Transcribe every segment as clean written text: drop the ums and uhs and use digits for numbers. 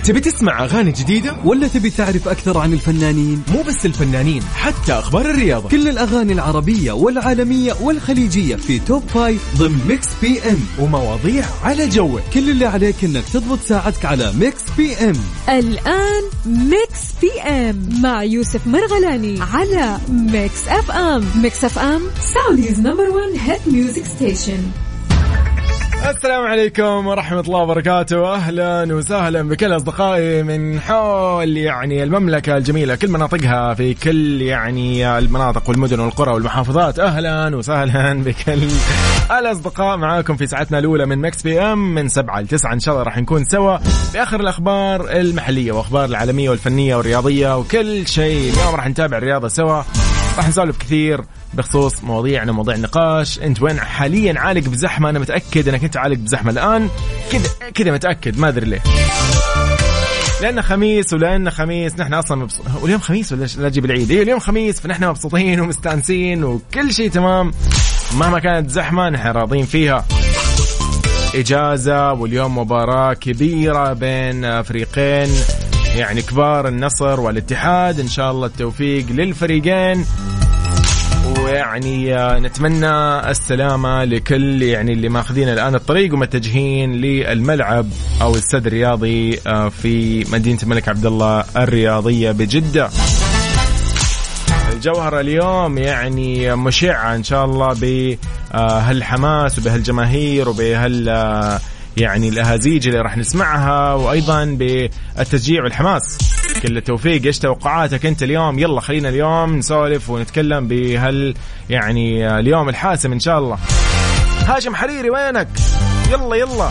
تبي تسمع أغاني جديدة ولا تبي تعرف أكثر عن الفنانين؟ مو بس الفنانين، حتى أخبار الرياضة، كل الأغاني العربية والعالمية والخليجية في توب 5 ضمن ميكس بي ام، ومواضيع على جوك. كل اللي عليك إنك تضبط ساعتك على ميكس بي ام. الآن ميكس بي ام مع يوسف مرغلاني على ميكس اف ام. ميكس اف ام سعوديز نمبر 1 هيت ميوزك ستيشن. السلام عليكم ورحمة الله وبركاته. أهلا وسهلا بكل أصدقائي من حول يعني المملكة الجميلة، كل مناطقها، في كل يعني المناطق والمدن والقرى والمحافظات. أهلا وسهلا بكل الأصدقاء معاكم في ساعتنا الأولى من ميكس بي ام من 7 ل 9 إن شاء الله. راح نكون سوا بآخر الأخبار المحلية وأخبار العالمية والفنية والرياضية وكل شيء. اليوم راح نتابع الرياضة سوا، راح نسولف كثير بخصوص مواضيعنا، مواضيع النقاش. انت وين حاليا؟ عالق بزحمة؟ انا متأكد انك انت عالق بزحمة الان، كذا متأكد، ما ادري ليه، لأن خميس نحن اصلا واليوم خميس ولا لا تجيب العيد؟ اليوم خميس، فنحن مبسوطين ومستانسين وكل شيء تمام. مهما كانت زحمة نحن راضين فيها. اجازة، واليوم مباراة كبيرة بين فريقين يعني كبار، النصر والاتحاد. ان شاء الله التوفيق للفريقين، ويعني نتمنى السلامة لكل يعني اللي ماخذين الآن الطريق ومتجهين للملعب أو الاستاد الرياضي في مدينة الملك عبدالله الرياضية بجدة. الجوهرة اليوم يعني مشعة إن شاء الله بهالحماس وبهالجماهير وبهال يعني الأهازيج اللي راح نسمعها، وأيضا بالتشجيع والحماس. كل التوفيق. إيش توقعاتك أنت اليوم؟ يلا خلينا اليوم نسولف ونتكلم بهال يعني اليوم الحاسم إن شاء الله. هاشم حريري وينك؟ يلا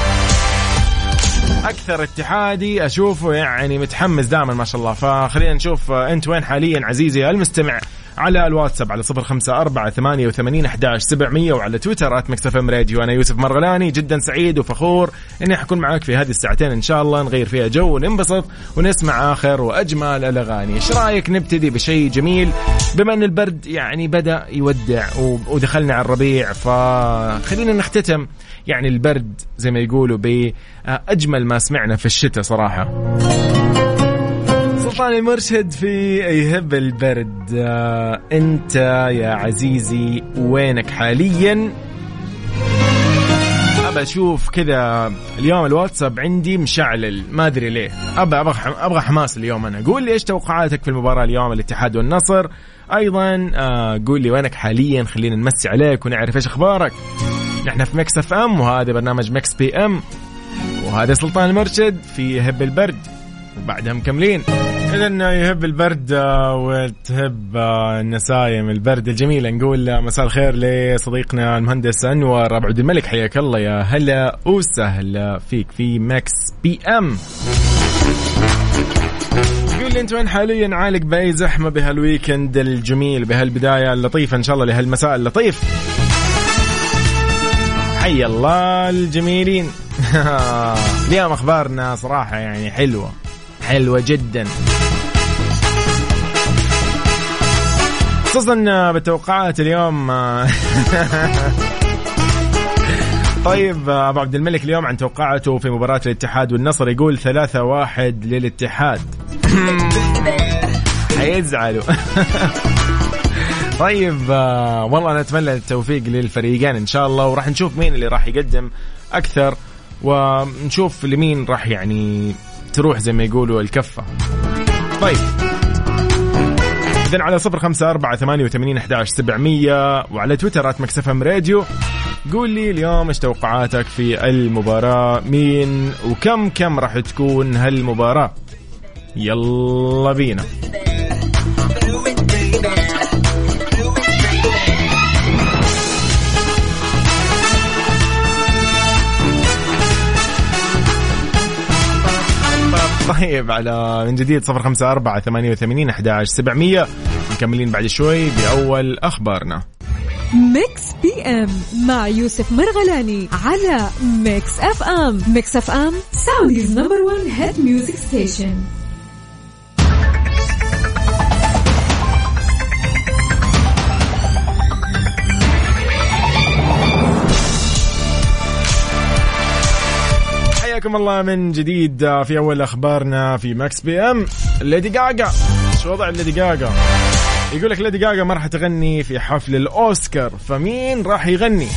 أكثر اتحادي أشوفه يعني متحمس دائما ما شاء الله. فخلينا نشوف أنت وين حاليا عزيزي المستمع على الواتساب على 0548811700 وعلى تويتر @mixfmradio. أنا يوسف مرغلاني، جدا سعيد وفخور إني حكون معاك في هذه الساعتين إن شاء الله، نغير فيها جو وننبسط ونسمع آخر وأجمل الأغاني. إيش رأيك نبتدي بشيء جميل بما أن البرد يعني بدأ يودع ودخلنا على الربيع؟ فخلينا نختتم يعني البرد زي ما يقولوا بأجمل ما سمعنا في الشتاء صراحة. سلطان المرشد في يهب البرد. انت يا عزيزي وينك حاليا؟ ابى اشوف كذا اليوم الواتساب عندي مشعلل، ما ادري ليه. ابغى حماس اليوم. انا قول لي ايش توقعاتك في المباراة اليوم الاتحاد والنصر. ايضا قول لي وينك حاليا، خلينا نمسي عليك ونعرف ايش اخبارك. نحن في ميكس اف ام وهذا برنامج ميكس بي ام، وهذا سلطان المرشد في يهب البرد، وبعدها مكملين. إذن يهب البرد وتهب النسايم البرد الجميلة. نقول مساء الخير لصديقنا المهندس أنور أبو عبد الملك، حياك الله، يا هلا وسهلا فيك في ماكس بي ام. يقول لي أنت وين حاليا؟ عالق بأي زحمة بهالويكند الجميل، بهالبداية اللطيفة إن شاء الله لهالمساء اللطيف. حي الله الجميلين. اليوم أخبارنا صراحة يعني حلوة جدا، خصوصا بالتوقعات اليوم. طيب أبو عبد الملك اليوم عن توقعاته في مباراة الاتحاد والنصر، يقول 3-1 للاتحاد. حيزعلوا. طيب والله أنا أتمنى التوفيق للفريقين إن شاء الله، وراح نشوف مين اللي راح يقدم أكثر، ونشوف لمين راح يعني تروح زي ما يقولوا الكفة. طيب إذن على 0548811700 وعلى تويتر @mixfmradio قول لي اليوم ايش توقعاتك في المباراة، مين وكم راح تكون هالمباراة. يلا بينا. طيب على من جديد 0548811700 مكملين بعد شوي بأول أخبارنا. ميكس بي ام مع يوسف مرغلاني على ميكس اف ام. ميكس اف ام سعوديز نمبر 1 هيت ميوزك ستيشن. حياكم الله من جديد في أول أخبارنا في ماكس بي أم. ليدي غاغا، شو وضع ليدي غاغا؟ يقول لك ليدي غاغا ما راح تغني في حفل الأوسكار، فمين راح يغني؟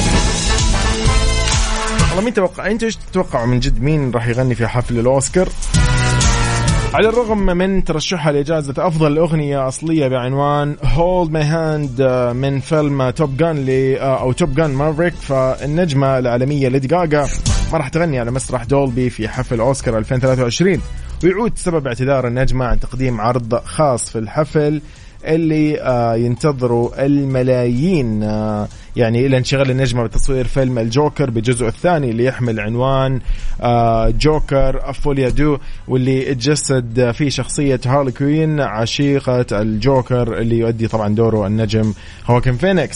والله مين توقع؟ أنتوا إيش تتوقعوا من جد مين راح يغني في حفل الأوسكار؟ على الرغم من ترشحها لجائزة أفضل أغنية أصلية بعنوان Hold My Hand من فيلم توب جان أو توب جان مافريك، فالنجمة العالمية ليدي غاغا ما راح تغني على مسرح دولبي في حفل أوسكار 2023. ويعود سبب اعتذار النجمة عن تقديم عرض خاص في الحفل اللي ينتظروا الملايين يعني إلى انشغال النجمة بتصوير فيلم الجوكر بجزء الثاني اللي يحمل عنوان جوكر أفوليا دو، واللي اتجسد فيه شخصية هارلي كوين عشيقة الجوكر اللي يؤدي طبعا دوره النجم هواكين فينيكس.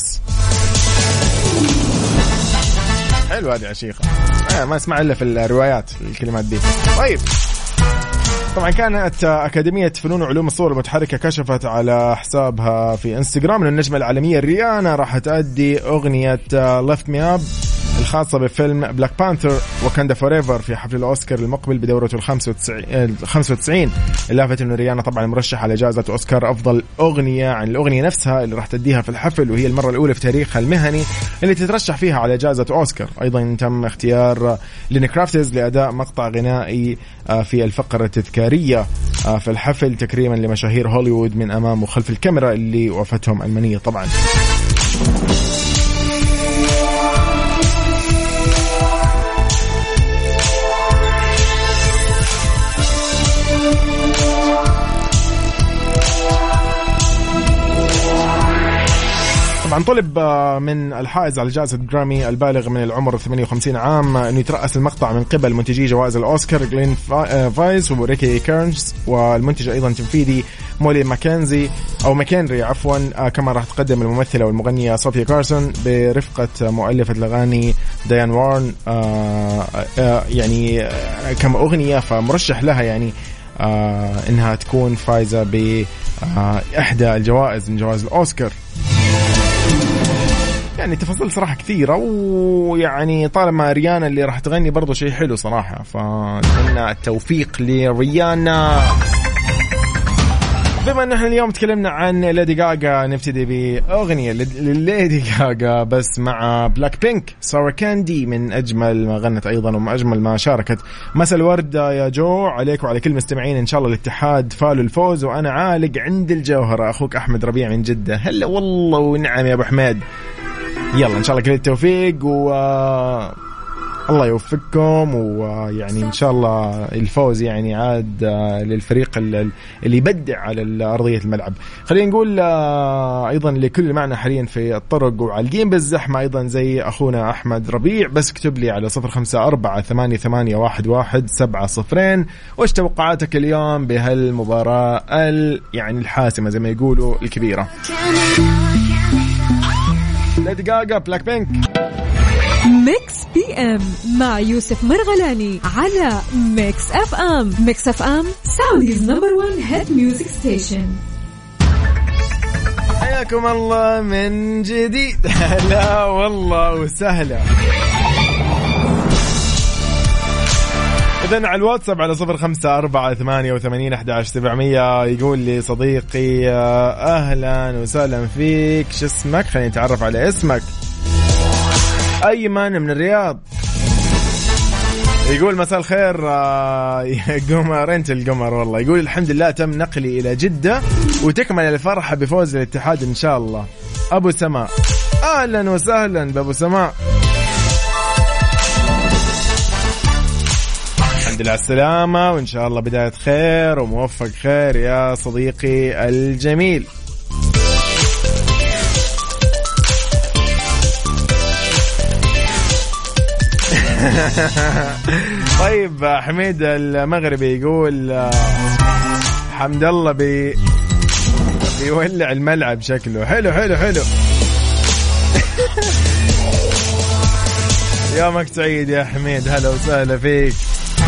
حلو هذه عشيقة، ما اسمع إلا في الروايات الكلمات دي. طيب طبعا كانت أكاديمية فنون وعلوم الصور المتحركة كشفت على حسابها في انستغرام أن النجمة العالمية ريانا راح تأدي أغنية Lift Me Up الخاصة بفيلم بلاك بانثر وكاندا فوريفر في حفل الأوسكار المقبل بدورته 95. اللافت أن ريانا طبعا مرشحة على جائزة أوسكار أفضل أغنية عن الأغنية نفسها اللي راح تأديها في الحفل، وهي المرة الأولى في تاريخها المهني اللي تترشح فيها على جائزة أوسكار. أيضا تم اختيار ليني كرافتز لأداء مقطع غنائي في الفقرة التذكارية في الحفل تكريما لمشاهير هوليوود من أمام وخلف الكاميرا اللي وفتهم المنية طبعا. طبعا طلب من الحائز على جائزة جرامي البالغ من العمر 58 عام أنه يترأس المقطع من قبل منتجي جوائز الأوسكار جلين فايز وريكي كيرنز، والمنتج أيضا تنفيذي مولي ماكنري عفوا. كما راح تقدم الممثلة والمغنية صوفيا كارسون برفقة مؤلفة الأغاني ديان وارن يعني كما أغنية، فمرشح لها يعني إنها تكون فايزة بإحدى الجوائز من جوائز الأوسكار. يعني تفاصيل صراحة كثيرة، ويعني طالما ريانا اللي راح تغني برضو شيء حلو صراحة، فنتمنى التوفيق لريانا. بما أن احنا اليوم تكلمنا عن ليدي غاغا، نبتدي بأغنية لليدي غاغا بس مع بلاك بينك ساور كاندي، من أجمل ما غنت أيضا وما أجمل ما شاركت. مساء الورد يا جو عليك وعلى كل مستمعين، إن شاء الله الاتحاد فالوا الفوز وأنا عالق عند الجوهرة. أخوك أحمد ربيع من جدة. هلا والله ونعم يا أبو حميد. يلا إن شاء الله كل التوفيق الله يوفقكم، ويعني إن شاء الله الفوز يعني عاد للفريق اللي يبدع على أرضية الملعب. خلينا نقول أيضا لكل معنا حاليا في الطرق وعالقين بالزحمة أيضا زي أخونا أحمد ربيع، بس اكتب لي على 0548811700 وإيش توقعاتك اليوم بهالمباراة يعني الحاسمة زي ما يقولوا الكبيرة. ليدي غاغا بلاك بينك. ميكس بي ام مع يوسف مرغلاني على ميكس اف ام. ميكس اف ام سعوديز نمبر 1 هيت ميوزك ستيشن. حياكم الله من جديد. هلا والله وسهلا. إذن على الواتساب على 0548811700 يقول لي صديقي أهلا وسهلا فيك، شو اسمك؟ خليني نتعرف على اسمك. أيمن من الرياض يقول مساء الخير قمر، أنت القمر والله. يقول الحمد لله تم نقلي إلى جدة وتكمل الفرحة بفوز الاتحاد إن شاء الله. أبو سماء أهلا وسهلا بأبو سماء، الحمد لله على السلامة وإن شاء الله بداية خير وموفق خير يا صديقي الجميل. طيب حميد المغربي يقول حمد الله بيولع الملعب شكله. حلو حلو حلو. يومك سعيد يا حميد، هلا وسهلا فيك.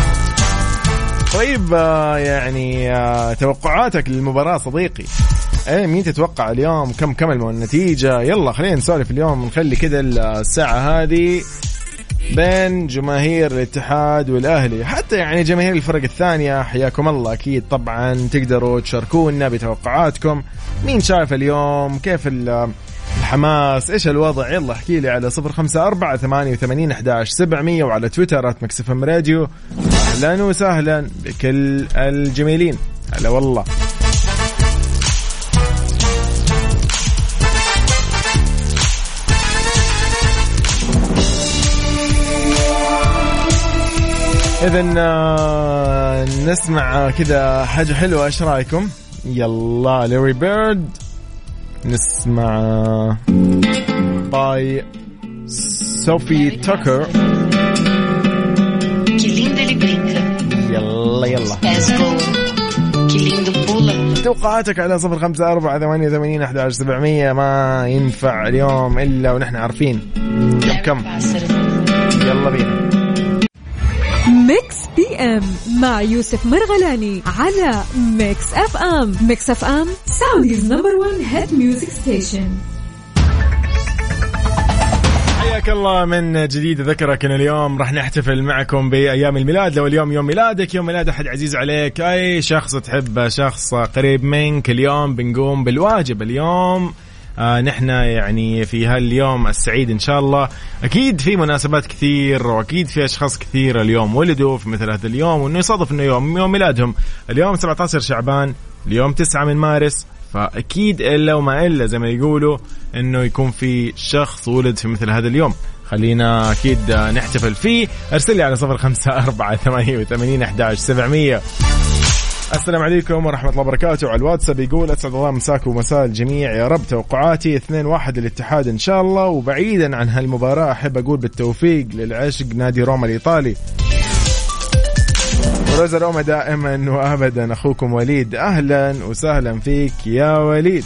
طيب يعني توقعاتك للمباراة صديقي؟ مين تتوقع اليوم؟ كم النتيجة؟ يلا خلينا نسولف اليوم، نخلي كده الساعة هذه بين جماهير الاتحاد والأهلي، حتى يعني جماهير الفرق الثانية حياكم الله. أكيد طبعا تقدروا تشاركونا بتوقعاتكم، مين شايف اليوم، كيف الحماس، إيش الوضع؟ يلا احكي لي على 0548811700 وعلى تويتر @مكسفمراديو. أهلا وسهلا بكل الجميلين، هلا والله. إذن نسمع كذا حاجة حلوة، إيش رأيكم؟ يلا لوري بيرد، نسمع باي صوفي توكر. يلا يلا توقعاتك على 0548811700. ما ينفع اليوم إلا ونحن عارفين كم. يلا بينا. ميكس بي ام مع يوسف مرغلاني على ميكس اف ام. ميكس اف ام سعوديز نمبر 1 هيد ميوزك ستيشن. حياك الله من جديد. ذكرك ان اليوم راح نحتفل معكم بايام الميلاد. لو اليوم يوم ميلادك، يوم ميلاد احد عزيز عليك، اي شخص تحبه، شخص قريب منك، اليوم بنقوم بالواجب. اليوم نحن يعني في هاليوم السعيد إن شاء الله أكيد في مناسبات كثير، وأكيد في أشخاص كثير اليوم ولدوا في مثل هذا اليوم، وإنه يصادف إنه يوم ميلادهم اليوم 17 شعبان، اليوم 9 من مارس، فأكيد إلا وما إلا زي ما يقولوا إنه يكون في شخص ولد في مثل هذا اليوم. خلينا أكيد نحتفل فيه. أرسل لي على 0548811700. السلام عليكم ورحمة الله وبركاته. على الواتساب يقول أسعد الله مساك ومساء الجميع يا رب. توقعاتي 2-1 للاتحاد إن شاء الله. وبعيدا عن هالمباراة أحب أقول بالتوفيق للعشق نادي روما الإيطالي. وروزا روما دائما وأبدا. أخوكم وليد، أهلا وسهلا فيك يا وليد.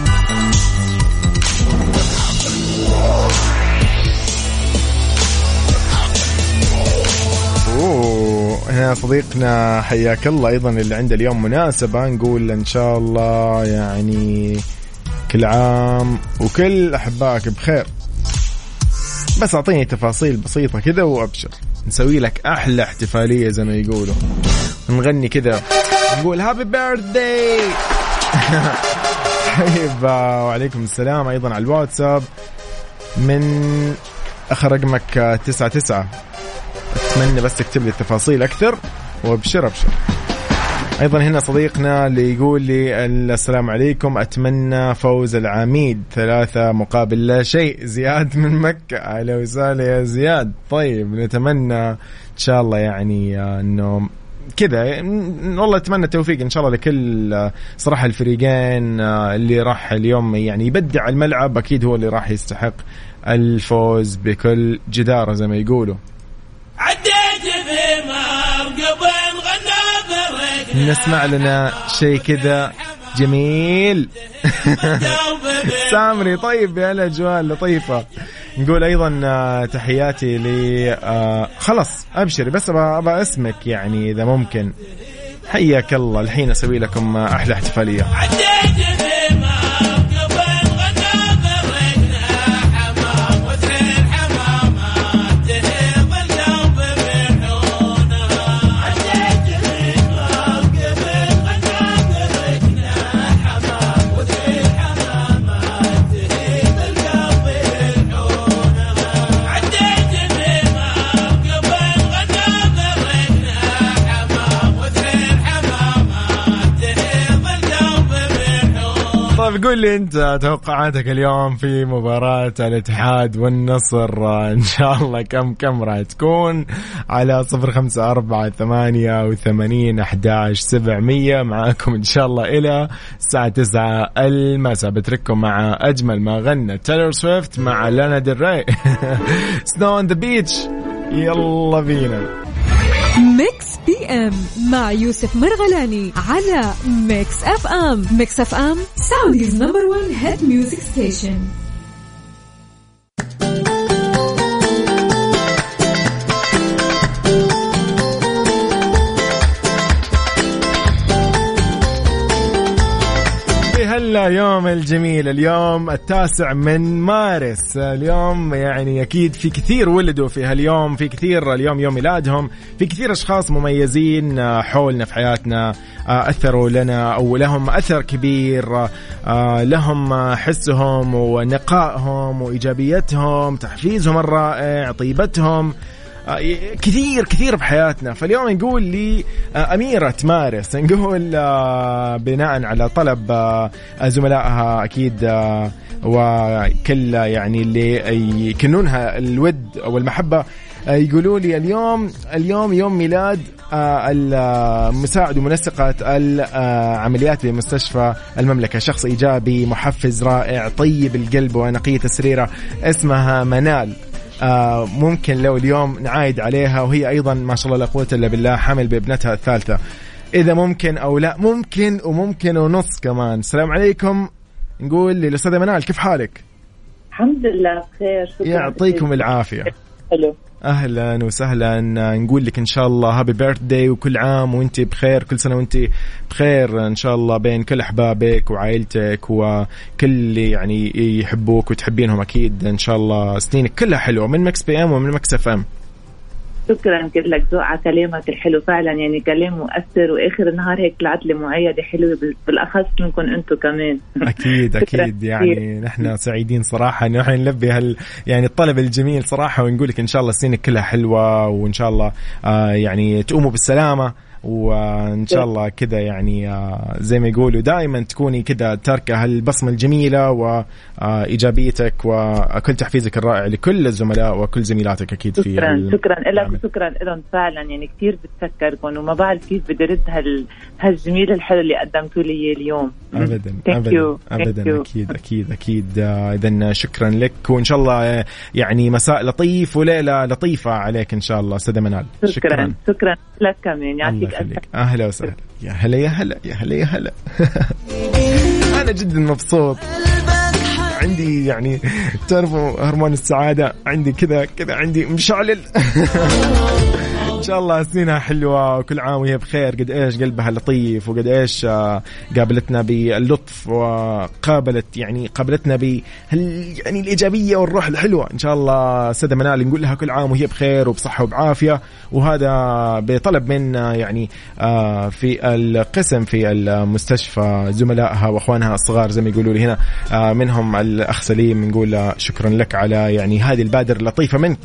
هنا صديقنا حياك الله أيضا اللي عنده اليوم مناسبة، نقول إن شاء الله يعني كل عام وكل أحبائك بخير. بس أعطيني تفاصيل بسيطة كذا وأبشر، نسوي لك أحلى احتفالية زي ما يقولوا، نغني كذا نقول هابي بيرثداي. طيب وعليكم السلام أيضا على الواتساب من آخر رقمك 99. أتمنى بس تكتب لي التفاصيل أكثر وابشر أبشر. أيضا هنا صديقنا اللي يقول لي السلام عليكم، أتمنى فوز العميد 3 مقابل لا شيء. زياد من مكة، أهلا وسهلا يا زياد. طيب نتمنى إن شاء الله يعني أنه كذا، والله أتمنى التوفيق إن شاء الله لكل صراحة الفريقين. اللي راح اليوم يعني يبدع الملعب أكيد هو اللي راح يستحق الفوز بكل جدارة زي ما يقولوا. نسمع لنا شيء كذا جميل. سامري طيب يا الأجواء لطيفة. نقول أيضا تحياتي لي خلص أبشري بس أبغى اسمك يعني إذا ممكن. حياك الله. الحين أسوي لكم أحلى احتفالية. طيب قول لي أنت توقعاتك اليوم في مباراة الاتحاد والنصر إن شاء الله كم راح تكون؟ على 0548811700 معاكم إن شاء الله إلى الساعة 9 المساء. بترككم مع أجمل ما غنى تايلور سويفت مع لانا ديل ري. سنو on the beach. يلا بينا. ميكس بي ام مع يوسف مرغلاني على ميكس اف ام. ميكس اف ام سعوديز نمبر 1 هيد ميوزك ستيشن. يا يوم الجميل، اليوم 9 من مارس. اليوم يعني أكيد في كثير ولدوا في هاليوم، في كثير اليوم يوم ميلادهم، في كثير أشخاص مميزين حولنا في حياتنا، أثروا لنا أو لهم أثر كبير، لهم حسهم ونقائهم وإيجابيتهم، تحفيزهم الرائع، طيبتهم، كثير كثير بحياتنا. فاليوم نقول لي أميرة مارس، نقول بناء على طلب زملائها أكيد وكل يعني اللي يكنونها الود أو المحبة، يقولوا لي اليوم يوم ميلاد المساعد ومنسقة العمليات بمستشفى المملكة، شخص إيجابي محفز رائع طيب القلب ونقية السريرة، اسمها منال. ممكن لو اليوم نعايد عليها، وهي أيضا ما شاء الله لا قوة إلا بالله حامل بابنتها الثالثة، إذا ممكن أو لا ممكن وممكن ونص كمان. السلام عليكم، نقول للأستاذة منال كيف حالك؟ الحمد لله بخير، شكرا، يعطيكم العافية. حلو، أهلا وسهلا، نقول لك إن شاء الله هابي بيرثداي، وكل عام وانت بخير، كل سنة وانت بخير إن شاء الله، بين كل أحبابك وعائلتك وكل يعني يحبوك وتحبينهم أكيد إن شاء الله، سنينك كلها حلوة من مكس بي ام ومن مكس اف ام. شكرا كلك ذوق على كلامك الحلو، فعلا يعني كلام مؤثر، وآخر النهار هيك طلعت لي معيدة حلوة، بالأخص منكم أنتم كمان. أكيد أكيد يعني نحن سعيدين صراحة إنه نحن نلبي يعني الطلب الجميل صراحة، ونقول لك إن شاء الله سنينك كلها حلوة، وإن شاء الله يعني تقوموا بالسلامة، وإن شاء الله كذا يعني زي ما يقولوا دائما تكوني كذا تاركة هالبصمة الجميلة وإيجابيتك وكل تحفيزك الرائع لكل الزملاء وكل زميلاتك أكيد. شكرا لك وشكرا لهم فعلا، يعني كتير بتفكركم وما بعرف كيف بدي رد هالجميل الحلو اللي قدمتوا لي اليوم. أبدا أكيد. إذن شكرا لك، وإن شاء الله يعني مساء لطيف وليلة لطيفة عليك إن شاء الله أستاذة منال. شكرا لك كمان، يعطيك أهلا وسهلا. يا هلا أنا جدا مبسوط، عندي يعني تعرفوا هرمون السعادة، عندي كذا عندي مشعلل. إن شاء الله سنينها حلوة وكل عام وهي بخير. قد إيش قلبها لطيف، وقد إيش قابلتنا باللطف، قابلتنا يعني الإيجابية والروح الحلوة. إن شاء الله سيدة منال نقول لها كل عام وهي بخير وبصحة وبعافية، وهذا بطلب من يعني في القسم في المستشفى زملائها وأخوانها الصغار زي ما يقولوا لي هنا، منهم الأخ سليم، نقول شكرا لك على يعني هذه البادرة اللطيفة منك.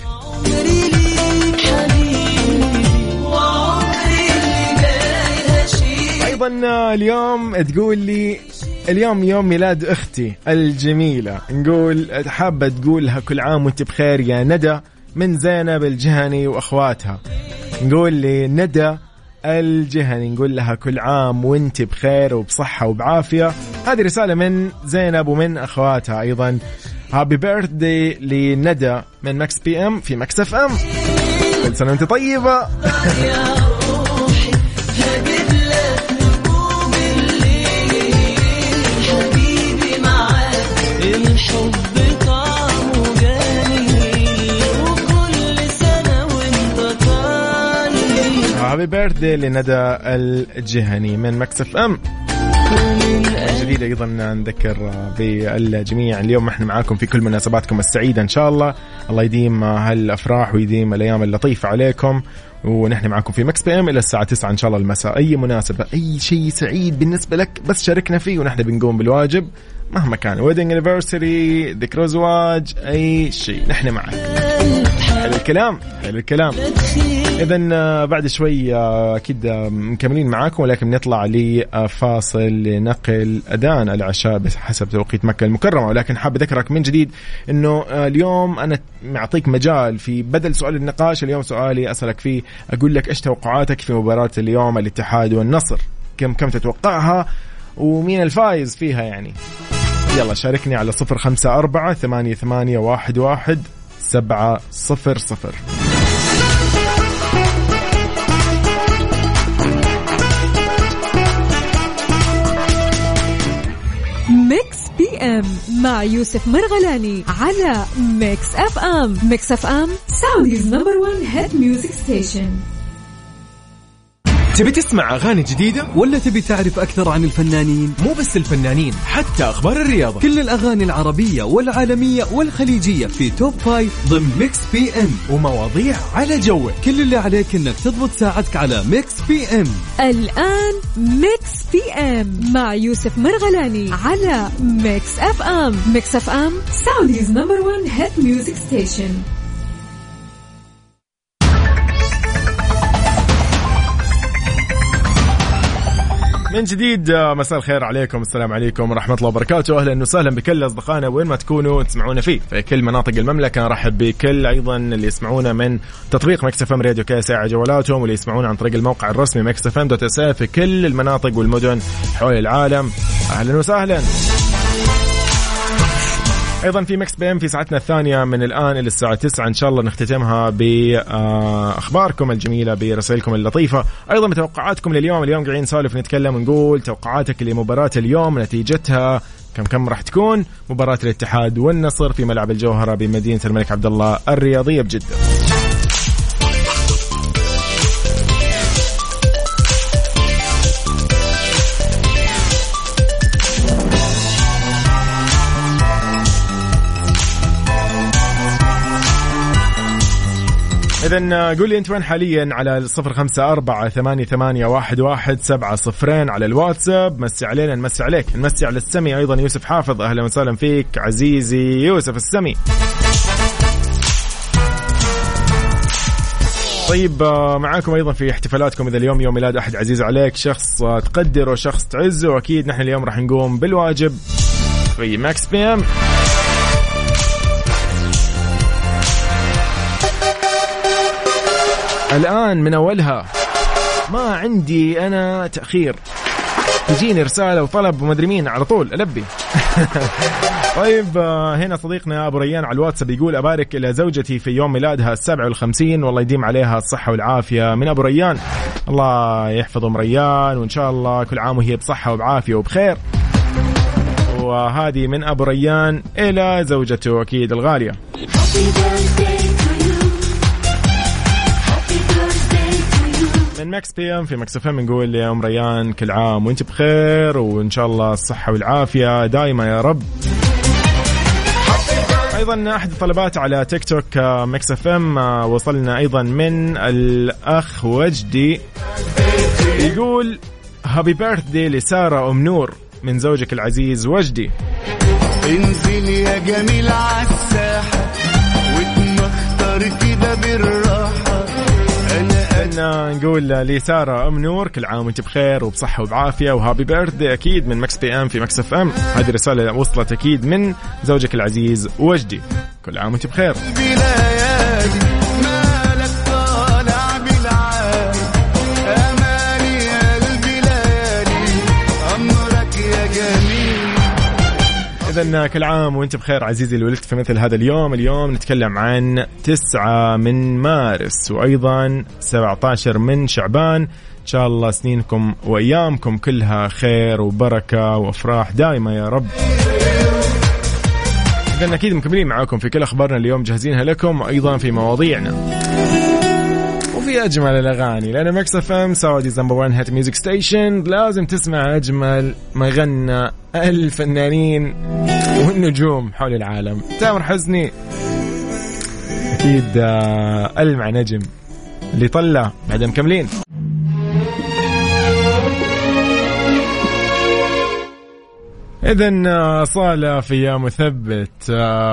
أيضا اليوم تقول لي اليوم يوم ميلاد أختي الجميلة، نقول حابة تقولها كل عام وانت بخير يا ندى، من زينب الجهني وأخواتها. نقول لي ندى الجهني، نقول لها كل عام وانت بخير وبصحة وبعافية. هذه رسالة من زينب ومن أخواتها أيضا. هابي بيرثدي لندى من مكس بي ام في مكس اف ام، كل سنة وانت طيبة. هابي بيرثدي لندى الجهني من مكس اف ام. جديد أيضا نذكر بالجميع اليوم احنا معاكم في كل مناسباتكم السعيدة إن شاء الله. الله يديم هالأفراح ويديم الأيام اللطيفة عليكم، ونحن معاكم في مكس بي ام إلى الساعة 9 إن شاء الله المساء. أي مناسبة أي شيء سعيد بالنسبة لك بس شاركنا فيه ونحن بنقوم بالواجب مهما كان، wedding anniversary، ذكرى زواج، أي شيء نحن معك. حلو الكلام. إذن بعد شوي أكيد مكملين معاكم، ولكن نطلع لفاصل لنقل أذان العشاء بحسب توقيت مكة المكرمة. ولكن حاب أذكرك من جديد إنه اليوم أنا معطيك مجال في بدل سؤال النقاش. اليوم سؤالي أسألك فيه، أقول لك إيش توقعاتك في مباراة اليوم الاتحاد والنصر، كم تتوقعها ومين الفائز فيها يعني. يلا شاركني على 0548811700. ميكس بي ام مع يوسف مرغلاني على ميكس اف ام. ميكس اف ام سعوديز نمبر 1 هيد ميوزك ستيشن. تبي تسمع أغاني جديدة ولا تبي تعرف أكثر عن الفنانين؟ مو بس الفنانين، حتى أخبار الرياضة، كل الأغاني العربية والعالمية والخليجية في توب 5 ضمن ميكس بي ام، ومواضيع على جوك. كل اللي عليك إنك تضبط ساعتك على ميكس بي ام. الآن ميكس بي ام مع يوسف مرغلاني على ميكس اف ام. ميكس اف ام سعوديز نمبر 1 هيت ميوزك ستيشن. من جديد مساء الخير عليكم، السلام عليكم ورحمة الله وبركاته. أهلا وسهلا بكل أصدقائنا وين ما تكونوا تسمعونا فيه في كل مناطق المملكة. نرحب بكل أيضا اللي يسمعونا من تطبيق ميكس اف ام راديو كاس على جوالاتهم، واللي يسمعونا عن طريق الموقع الرسمي mixfm.sa في كل المناطق والمدن حول العالم. أهلا وسهلا. أيضا في ميكس بي ام في ساعتنا الثانية من الآن إلى الساعة 9 إن شاء الله نختتمها بأخباركم الجميلة، برسائلكم اللطيفة، أيضا بتوقعاتكم لليوم. اليوم قاعدين نسولف نتكلم ونقول توقعاتك لمباراة اليوم، نتيجتها كم راح تكون مباراة الاتحاد والنصر في ملعب الجوهرة بمدينة الملك عبد الله الرياضية بجدة. إذن قولي أنت وين حاليا على 0548811700 على الواتساب. مسي علينا، نمسي عليك، نمسي على السمي أيضا يوسف حافظ. أهلا وسهلا فيك عزيزي يوسف السمي. طيب معاكم أيضا في احتفالاتكم. إذا اليوم يوم ميلاد أحد عزيز عليك، شخص تقدره، شخص تعزه، أكيد نحن اليوم راح نقوم بالواجب في ماكس بي ام. الآن من أولها ما عندي أنا تأخير، تجيني رسالة وطلب ومدري مين على طول ألبي. طيب هنا صديقنا أبو ريان على الواتساب يقول أبارك إلى زوجتي في يوم ميلادها 57، والله يديم عليها الصحة والعافية. من أبو ريان، الله يحفظ أم ريان، وإن شاء الله كل عام وهي بصحة وبعافية وبخير. وهذه من أبو ريان إلى زوجته أكيد الغالية. من ماكس بي ام في ماكس اف ام نقول يا ام ريان كل عام وانت بخير، وان شاء الله الصحه والعافيه دائما يا رب. ايضا احد الطلبات على تيك توك ماكس اف ام وصلنا ايضا من الاخ وجدي، يقول هابي بيرثدي لساره ام نور من زوجك العزيز وجدي. انزل يا جميل عالساحه واتمختر كده بالراحه. نقول لسارة أم نور كل عام وانت بخير وبصحة وبعافية وهابي بيرثدي أكيد من مكس بي ام في مكس اف ام. هذه رسالة وصلت أكيد من زوجك العزيز وجدي، كل عام وانت بخير. إذن كل عام وانت بخير عزيزي اللي ولدت في مثل هذا اليوم. اليوم نتكلم عن 9 من مارس وأيضا 17 من شعبان. إن شاء الله سنينكم وأيامكم كلها خير وبركة وأفراح دائما يا رب. إذن أكيد مكملين معاكم في كل أخبارنا اليوم، جاهزينها لكم أيضا في مواضيعنا وفي أجمل الأغاني، لأن ميكس اف ام سعوديز نمبر 1 هيت ميوزك ستيشن. لازم تسمع أجمل ما غنى الفنانين والنجوم حول العالم. تامر حسني أكيد ألمع نجم اللي طلع بعد مكملين. إذن صالة في مثبت،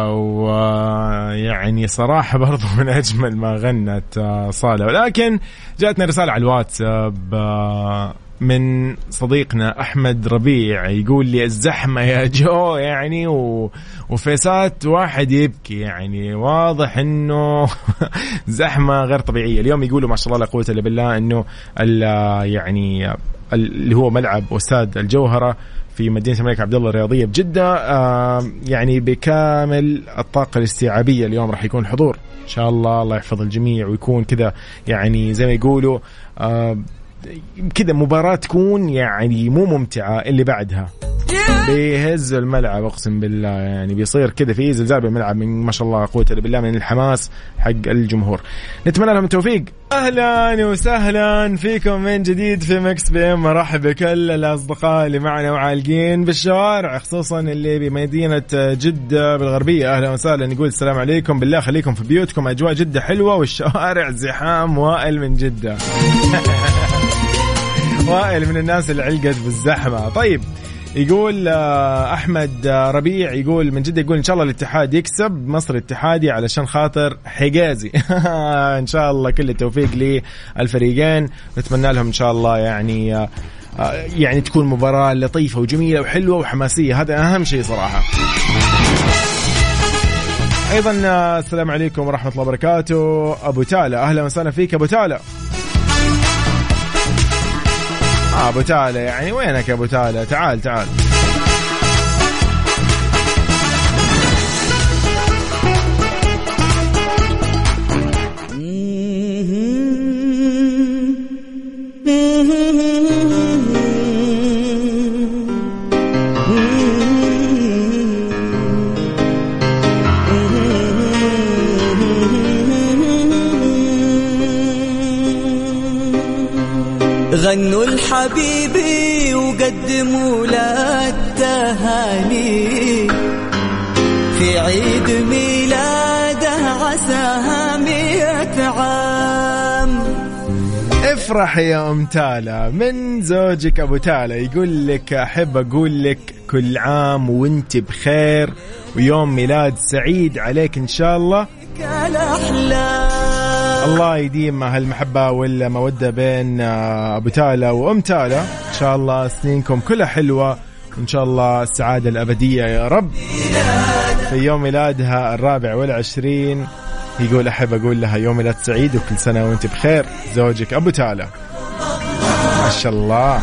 ويعني صراحة برضو من أجمل ما غنت صالة. ولكن جاءتنا رسالة على الواتساب من صديقنا أحمد ربيع يقول لي الزحمة يا جو يعني وفيسات واحد يبكي، يعني واضح إنه زحمة غير طبيعية اليوم. يقولوا ما شاء الله لا قوة إلا بالله إنه يعني اللي هو ملعب واستاد الجوهرة في مدينة الملك عبد الله الرياضية بجدة يعني بكامل الطاقة الاستيعابية. اليوم راح يكون حضور إن شاء الله، الله يحفظ الجميع ويكون كذا يعني زي ما يقولوا كذا مباراة تكون يعني مو ممتعة اللي بعدها. بيهزوا الملعب أقسم بالله، يعني بيصير كذا في زلزال بالملعب من ما شاء الله قوة إلا بالله من الحماس حق الجمهور. نتمنى لهم التوفيق. أهلا وسهلا فيكم من جديد في مكس بي ام. مرحب بكل الأصدقاء اللي معنا وعالقين بالشوارع، خصوصا اللي بمدينة جدة بالغربية. أهلا وسهلا. نقول السلام عليكم، بالله خليكم في بيوتكم، أجواء جدة حلوة والشوارع زحام. وائل من جدة وائل من الناس اللي علقت بالزحمة. طيب يقول أحمد ربيع يقول من جدة، يقول إن شاء الله الاتحاد يكسب، مصر اتحادي علشان خاطر حجازي. إن شاء الله كل التوفيق للفريقين، نتمنى لهم إن شاء الله يعني تكون مباراة لطيفة وجميلة وحلوة وحماسية، هذا أهم شيء صراحة. أيضا السلام عليكم ورحمة الله وبركاته. أبو تالة أهلا وسهلا فيك أبو تالة. أبو تالة يعني وينك يا أبو تالة؟ تعال تعال. غنوا الحبيبي وقدموا له التهاني في عيد ميلاده عساها 100 عام. افرح يا أم تالة من زوجك أبو تالة، يقول لك أحب أقول لك كل عام وانت بخير ويوم ميلاد سعيد عليك إن شاء الله. الله يديم هالمحبة والمودة بين أبو تالة وأم تالة، إن شاء الله سنينكم كلها حلوة، إن شاء الله السعادة الأبدية يا رب. في يوم ميلادها 24 يقول أحب أقول لها يوم ميلاد سعيد وكل سنة وأنت بخير، زوجك أبو تالة. ما شاء الله.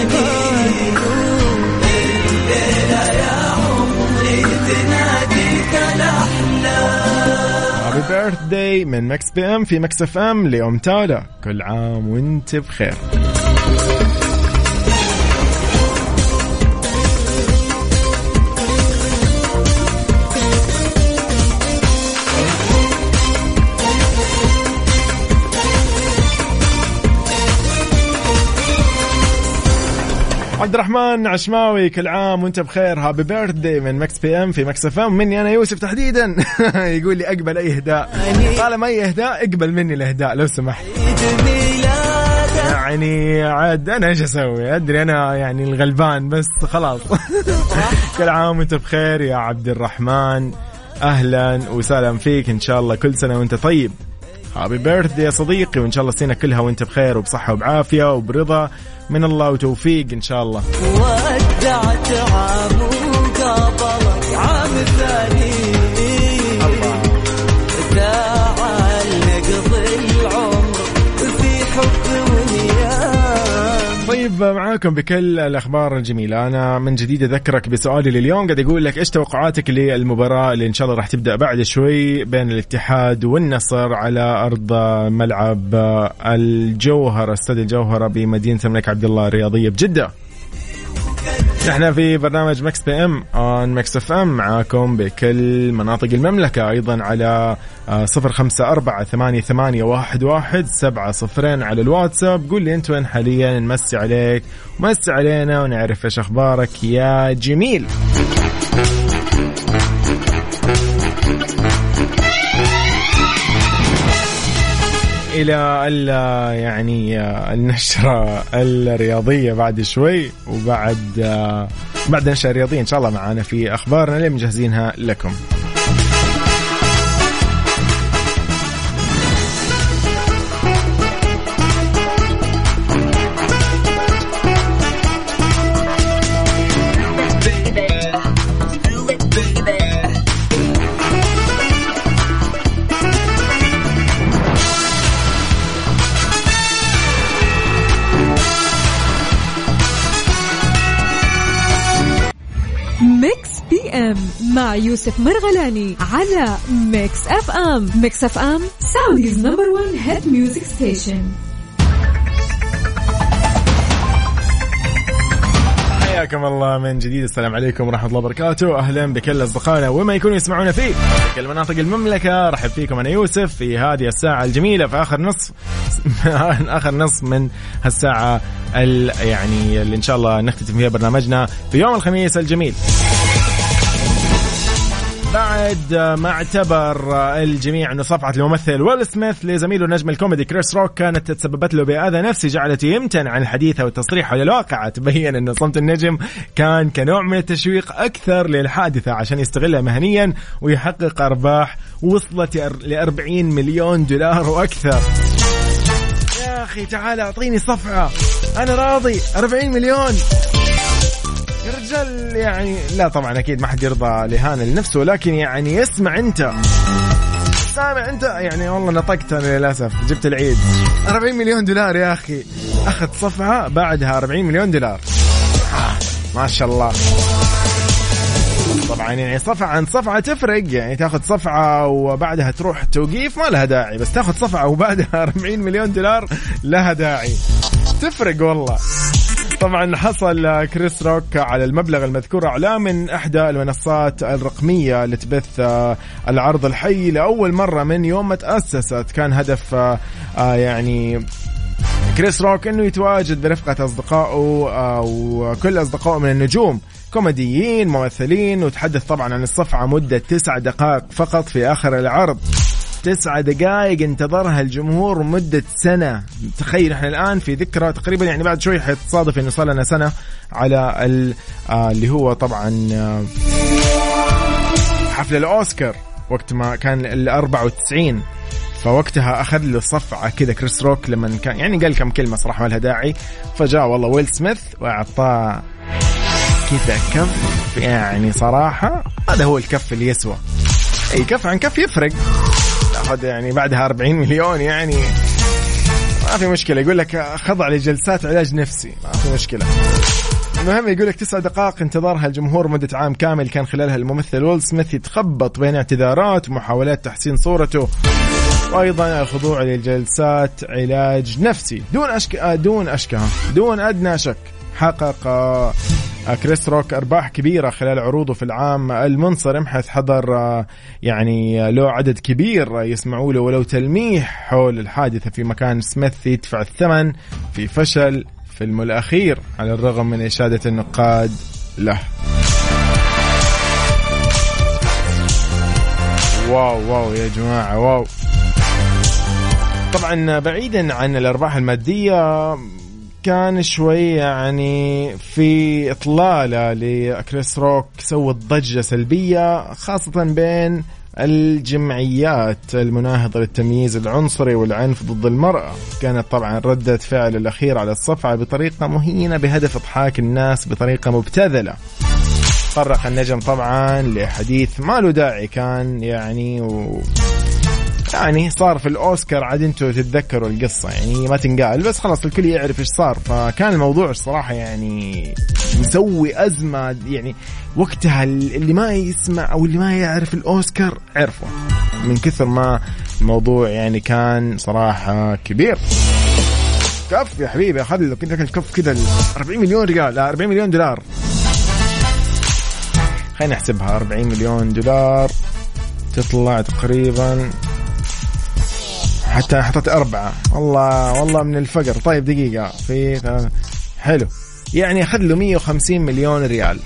هابي بيرثداي من مكس بي ام في مكس اف ام لأم تالة، كل عام وانت بخير. عبد الرحمن عشماوي كل عام وانت بخير، هابي بيرثداي من مكس بي ام في مكس اف ام. مني انا يوسف تحديدا. يقول لي اقبل اي اهداء، طالما اي اهداء اقبل مني الاهداء لو سمحت. يعني عاد انا ايش اسوي، ادري انا يعني الغلبان بس خلاص. كل عام وانت بخير يا عبد الرحمن، اهلا وسهلا فيك، ان شاء الله كل سنه وانت طيب. هابي بيرثداي يا صديقي، وإن شاء الله السنة كلها وانت بخير وبصحة وبعافية وبرضا من الله وتوفيق إن شاء الله. ودعت عام وقابلك عام ثاني، تعال نقضي العمر في حب وهيام. طيب معاكم بكل الأخبار الجميلة. أنا من جديد أذكرك بسؤالي لليوم، قاعد أقول لك إيش توقعاتك للمباراة اللي إن شاء الله راح تبدأ بعد شوي بين الاتحاد والنصر على أرض ملعب الجوهرة، استاد الجوهرة بمدينة الملك عبد الله الرياضية بجدة. نحن في برنامج مكس بي ام on مكس اف ام معاكم بكل مناطق المملكة، أيضا على 0548811700 على الواتساب. قول لي أنت وين حاليا، نمسي عليك ومسي علينا ونعرف إيش أخبارك يا جميل. إلى يعني النشرة الرياضية بعد شوي، وبعد النشرة الرياضية إن شاء الله معنا في أخبارنا اللي مجهزينها لكم. مع يوسف مرغلاني على ميكس اف ام. ميكس اف ام سعوديز نمبر 1 هيد ميوزك ستيشن. حياكم الله من جديد. السلام عليكم ورحمة الله وبركاته. أهلا بكل أصدقائنا وما يكونوا يسمعونا فيه كل مناطق المملكة. رحب فيكم أنا يوسف في هذه الساعة الجميلة في آخر نص من هالساعة يعني اللي إن شاء الله نختتم فيها برنامجنا في يوم الخميس الجميل. بعد ما اعتبر الجميع أنه صفعة الممثل ويل سميث لزميله نجم الكوميدي كريس روك كانت تسببت له بأذى نفسي جعلته يمتنع عن الحديث والتصريح حول الواقعة، تبين أنه صمت النجم كان كنوع من التشويق أكثر للحادثة عشان يستغلها مهنيا ويحقق أرباح وصلت ل$40 مليون وأكثر. يا أخي تعال أعطيني صفعة أنا راضي. 40 مليون يا رجال يعني. لا طبعا أكيد ما حد يرضى لهان لنفسه، لكن يعني اسمع أنت سامع أنت يعني والله نطقت أنا للأسف جبت العيد. 40 مليون دولار يا أخي، أخذ صفعة بعدها 40 مليون دولار. ما شاء الله. طبعا يعني صفعة عن صفعة تفرق، يعني تاخذ صفعة وبعدها تروح توقيف ما لها داعي، بس تاخذ صفعة وبعدها 40 مليون دولار لها داعي، تفرق والله. طبعا حصل كريس روك على المبلغ المذكور أعلى من إحدى المنصات الرقمية اللي تبث العرض الحي لأول مرة من يوم ما تأسست. كان هدف يعني كريس روك أنه يتواجد برفقة أصدقائه وكل أصدقائه من النجوم كوميديين ممثلين، وتحدث طبعا عن الصفعة مدة 9 دقائق فقط في آخر العرض. 9 دقائق انتظرها الجمهور مدة سنة. تخيل احنا الآن في ذكرى تقريبا يعني بعد شوي حيتصادف انه صار لنا سنة على اللي هو طبعا حفل الأوسكار وقت ما كان 94. فوقتها أخذ له صفعة كذا كريس روك لما كان يعني قال كم كلمة صراحة ما لها داعي، فجاء والله ويل سميث وأعطاه كذا كف. يعني صراحة هذا هو الكف اللي يسوى، أي كف عن كف يفرق. تأخذ يعني بعدها 40 مليون يعني ما في مشكلة. يقول لك خضع لجلسات علاج نفسي ما في مشكلة. المهم يقول لك 9 دقائق انتظرها الجمهور مدة عام كامل، كان خلالها الممثل ويل سميث يتخبط بين اعتذارات ومحاولات تحسين صورته وأيضا الخضوع لجلسات علاج نفسي دون أدنى شك. حقق كريس روك أرباح كبيرة خلال عروضه في العام المنصرم، حيث حضر يعني له عدد كبير يسمعوا له ولو تلميح حول الحادثة، في مكان سميث يدفع الثمن في فشل فيلمه الأخير على الرغم من إشادة النقاد له. واو يا جماعة واو. طبعا بعيدا عن الأرباح المادية كان شوي يعني في إطلالة لكريس روك سوت ضجة سلبية خاصة بين الجمعيات المناهضة للتمييز العنصري والعنف ضد المرأة. كانت طبعا ردة فعل الأخير على الصفعة بطريقة مهينة بهدف إضحاك الناس بطريقة مبتذلة. طرق النجم طبعا لحديث ما له داعي كان يعني صار في الأوسكار. عاد انتوا تتذكروا القصة يعني ما تنقال بس خلاص الكل يعرف ايش صار. فكان الموضوع الصراحة يعني مسوي أزمة يعني وقتها. اللي ما يسمع أو اللي ما يعرف الأوسكار عرفه من كثر ما الموضوع يعني كان صراحة كبير. كف يا حبيبي أخذ له كده الكف كده 40 مليون ريال لا 40 مليون دولار. خلينا نحسبها 40 مليون دولار تطلع تقريبا حتى حطت 4. والله من الفقر. طيب دقيقة في حلو يعني أخذ له 150 مليون ريال.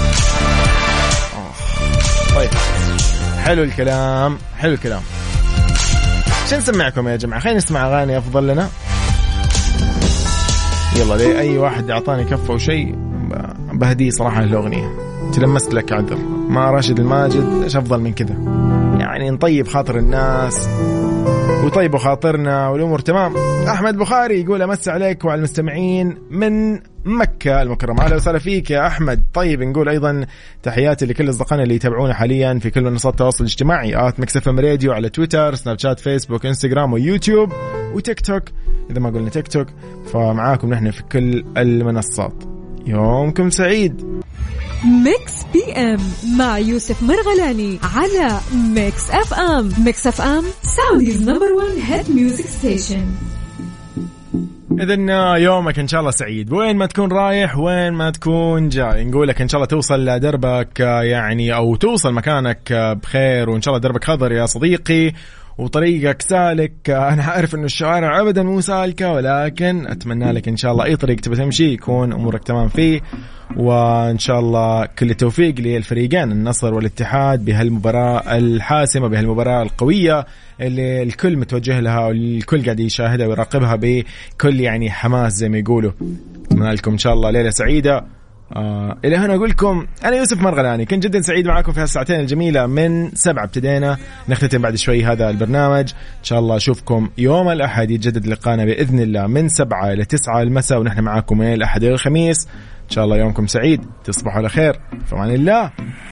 طيب حلو الكلام. شو نسمعكم يا جماعة؟ خلينا نسمع أغاني أفضل لنا. يلا ليه أي واحد أعطاني كفة وشيء بهديه صراحة الأغنية. تلمست لك عذر ما راشد الماجد إيش أفضل من كذا يعني نطيب خاطر الناس وطيبوا خاطرنا والأمور تمام. أحمد بخاري يقول أمس عليك وعلى المستمعين من مكة المكرمة. أهلا وسهلا فيك يا أحمد. طيب نقول أيضا تحياتي لكل أصدقائنا اللي يتابعونا حاليا في كل منصات التواصل الاجتماعي @ميكس اف ام راديو على تويتر سناب شات فيسبوك انستغرام ويوتيوب وتيك توك إذا ما قلنا تيك توك. فمعاكم نحن في كل المنصات. يومكم سعيد. ميكس بي ام مع يوسف مرغلاني على ميكس اف ام. ميكس اف ام سعوديز نمبر 1 هيد ميوزك ستيشن. إذن يومك إن شاء الله سعيد، وين ما تكون رايح وين ما تكون جاي، نقولك إن شاء الله توصل لدربك يعني أو توصل مكانك بخير، وإن شاء الله دربك خضر يا صديقي وطريقك سالك. أنا عارف إنه الشوارع أبدا مو سالكة، ولكن أتمنى لك إن شاء الله أي طريق تبي تمشي يكون أمورك تمام فيه، وإن شاء الله كل التوفيق للفريقين النصر والاتحاد بهالمباراة الحاسمة، بهالمباراة القوية اللي الكل متوجه لها والكل قاعد يشاهدها ويراقبها بكل يعني حماس زي ما يقولوا. أتمنى لكم إن شاء الله ليلة سعيدة. إلى هنا أقول لكم أنا يوسف مرغلاني، كنت جدا سعيد معكم في هالساعتين الجميلة. من 7 ابتدينا، نختتم بعد شوي هذا البرنامج. إن شاء الله أشوفكم يوم الأحد، يتجدد لقانا بإذن الله من 7 إلى 9 المساء، ونحن معاكم من الأحد إلى الخميس. إن شاء الله يومكم سعيد، تصبحوا على خير، في أمان الله.